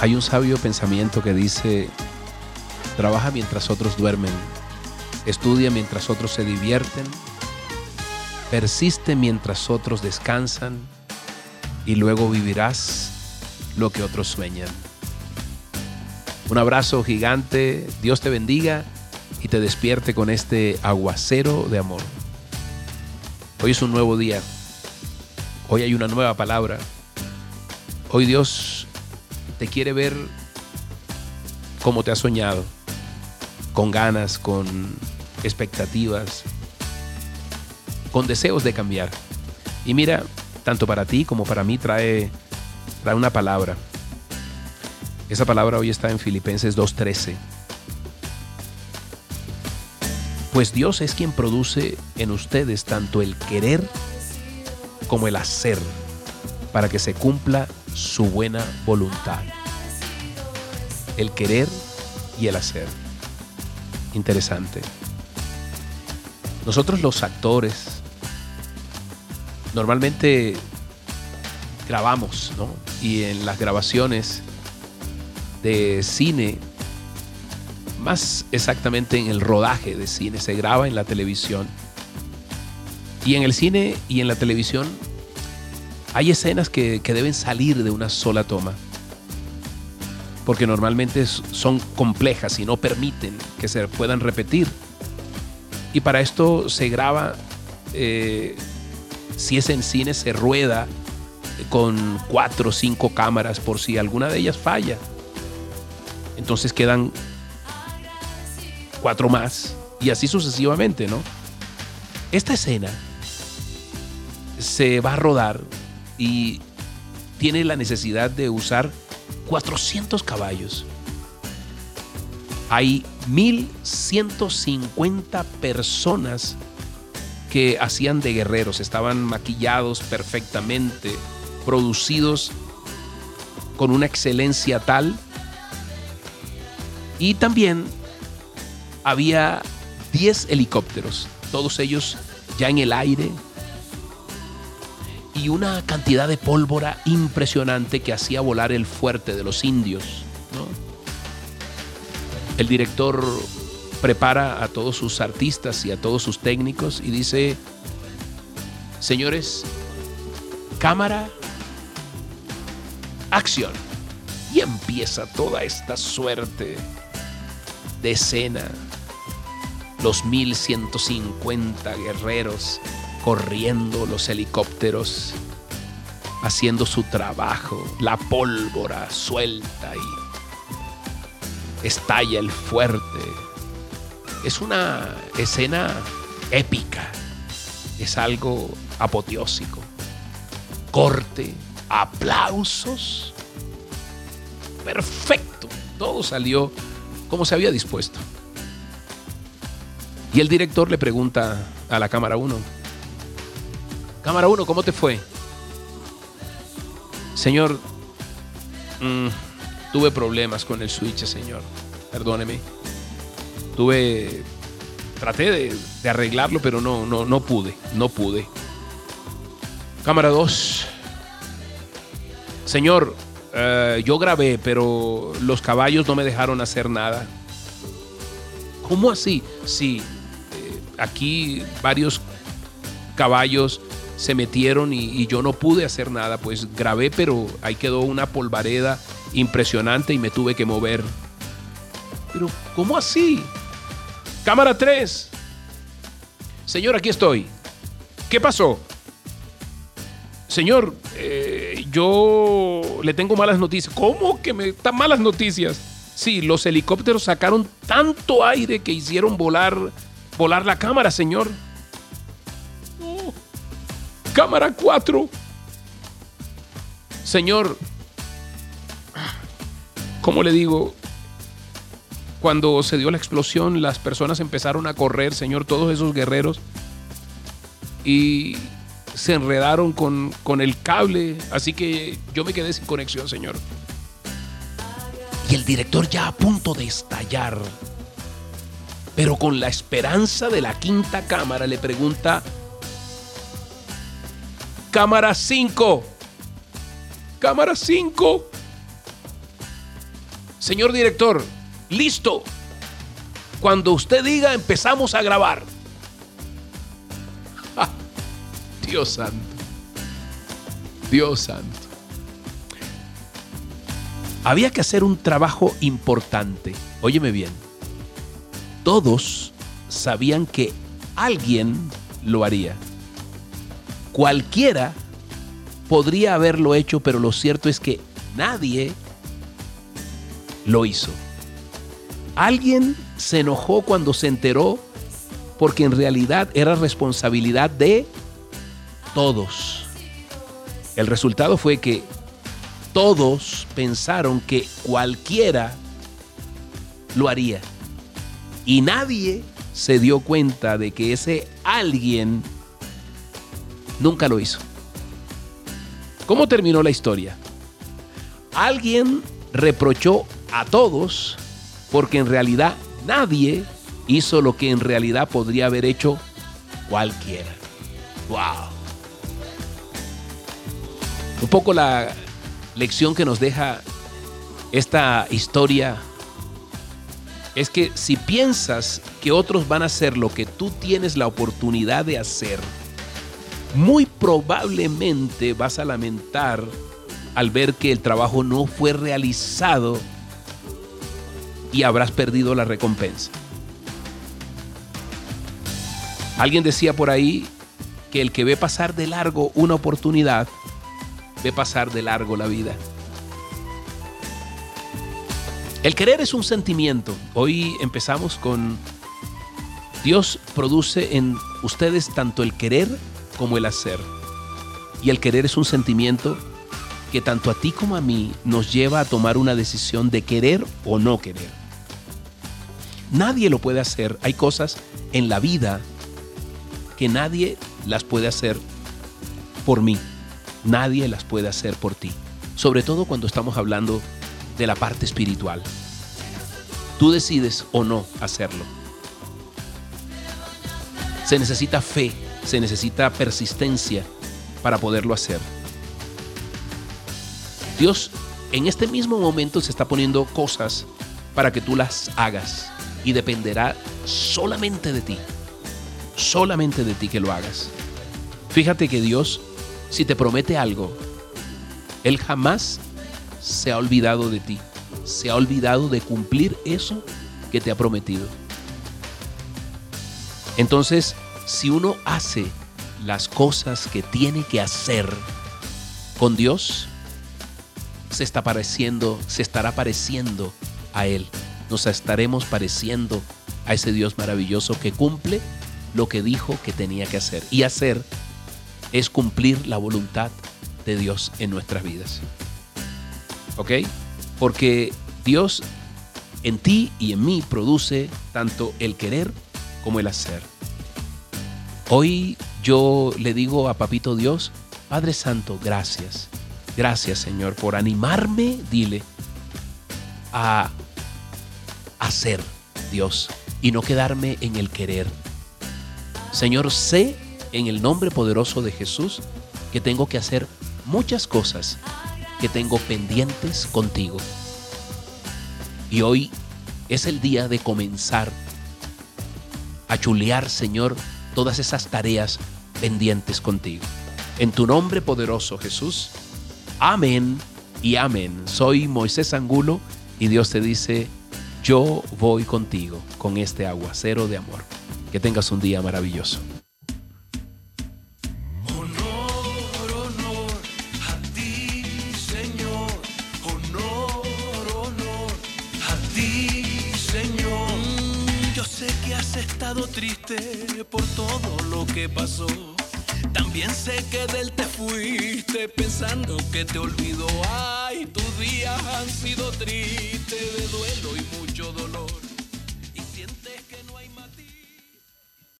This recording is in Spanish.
Hay un sabio pensamiento que dice: trabaja mientras otros duermen, estudia mientras otros se divierten, persiste mientras otros descansan y luego vivirás lo que otros sueñan. Un abrazo gigante, Dios te bendiga y te despierte con este aguacero de amor. Hoy es un nuevo día, hoy hay una nueva palabra, hoy Dios te quiere ver como te has soñado, con ganas, con expectativas, con deseos de cambiar. Y mira, tanto para ti como para mí trae una palabra. Esa palabra hoy está en Filipenses 2:13. Pues Dios es quien produce en ustedes tanto el querer como el hacer para que se cumpla su buena voluntad. El querer y el hacer. Interesante. Nosotros los actores normalmente grabamos, ¿no? Y en las grabaciones de cine, más exactamente en el rodaje de cine, se graba en la televisión. Y en el cine y en la televisión hay escenas que deben salir de una sola toma, porque normalmente son complejas y no permiten que se puedan repetir. Y para esto se graba, si es en cine, se rueda con 4 o 5 cámaras por si alguna de ellas falla. Entonces quedan 4 más y así sucesivamente, ¿no? Esta escena se va a rodar y tiene la necesidad de usar 400 caballos. Hay 1,150 personas que hacían de guerreros, estaban maquillados perfectamente, producidos con una excelencia tal. Y también había 10 helicópteros, todos ellos ya en el aire, y una cantidad de pólvora impresionante que hacía volar el fuerte de los indios, ¿no? El director prepara a todos sus artistas y a todos sus técnicos y dice: señores, cámara, acción. Y empieza toda esta suerte de escena. Los 1,150 guerreros corriendo, los helicópteros haciendo su trabajo, la pólvora suelta y estalla el fuerte. Es una escena épica, es algo apoteósico. Corte, aplausos. Perfecto, todo salió como se había dispuesto. Y el director le pregunta a la cámara 1: cámara 1, ¿cómo te fue? Señor, tuve problemas con el switch, señor. Perdóneme. Traté de arreglarlo, pero no pude. Cámara 2. Señor, yo grabé, pero los caballos no me dejaron hacer nada. ¿Cómo así? Sí, aquí varios caballos se metieron y yo no pude hacer nada. Pues grabé, pero ahí quedó una polvareda impresionante y me tuve que mover. Pero ¿cómo así? Cámara 3. Señor, aquí estoy. ¿Qué pasó? Señor, yo le tengo malas noticias. ¿Cómo que me están malas noticias? Sí, los helicópteros sacaron tanto aire que hicieron volar la cámara, señor. No. Cámara 4. Señor, ¿cómo le digo? Cuando se dio la explosión, las personas empezaron a correr, señor, todos esos guerreros, y se enredaron con el cable, así que yo me quedé sin conexión, señor. Y el director ya a punto de estallar, pero con la esperanza de la quinta cámara, le pregunta: cámara 5. Cámara 5. Señor director, listo. Cuando usted diga, empezamos a grabar. ¡Ja! Dios santo. Dios santo. Había que hacer un trabajo importante. Óyeme bien. Todos sabían que alguien lo haría. Cualquiera podría haberlo hecho, pero lo cierto es que nadie lo hizo. Alguien se enojó cuando se enteró, porque en realidad era responsabilidad de todos. El resultado fue que todos pensaron que cualquiera lo haría. Y nadie se dio cuenta de que ese alguien nunca lo hizo. ¿Cómo terminó la historia? Alguien reprochó a todos porque en realidad nadie hizo lo que en realidad podría haber hecho cualquiera. ¡Wow! Un poco la lección que nos deja esta historia es que si piensas que otros van a hacer lo que tú tienes la oportunidad de hacer, muy probablemente vas a lamentar al ver que el trabajo no fue realizado y habrás perdido la recompensa. Alguien decía por ahí que el que ve pasar de largo una oportunidad, ve pasar de largo la vida. El querer es un sentimiento. Hoy empezamos con Dios produce en ustedes tanto el querer como el hacer. Y el querer es un sentimiento que tanto a ti como a mí nos lleva a tomar una decisión de querer o no querer. Nadie lo puede hacer. Hay cosas en la vida que nadie las puede hacer por mí. Nadie las puede hacer por ti. Sobre todo cuando estamos hablando de la parte espiritual. Tú decides o no hacerlo. Se necesita fe, se necesita persistencia para poderlo hacer. Dios en este mismo momento se está poniendo cosas para que tú las hagas y dependerá solamente de ti que lo hagas. Fíjate que Dios, si te promete algo, Él jamás se ha olvidado de ti, se ha olvidado de cumplir eso que te ha prometido. Entonces, si uno hace las cosas que tiene que hacer con Dios, se estará pareciendo a Él. Nos estaremos pareciendo a ese Dios maravilloso que cumple lo que dijo que tenía que hacer. Y hacer es cumplir la voluntad de Dios en nuestras vidas. ¿Ok? Porque Dios en ti y en mí produce tanto el querer como el hacer. Hoy yo le digo a Papito Dios, Padre Santo, gracias. Gracias, Señor, por animarme, dile, a hacer, Dios, y no quedarme en el querer. Señor, sé en el nombre poderoso de Jesús que tengo que hacer muchas cosas que tengo pendientes contigo. Y hoy es el día de comenzar a chulear, Señor, todas esas tareas pendientes contigo. En tu nombre poderoso, Jesús. Amén y amén. Soy Moisés Angulo y Dios te dice, yo voy contigo con este aguacero de amor. Que tengas un día maravilloso. Honor, honor a ti, Señor. Honor a ti, Señor. Yo sé que has estado triste por todo lo que pasó. También sé que de él te fuiste pensando que te olvidó. Ay, tus días han sido tristes de duelo y mucho dolor.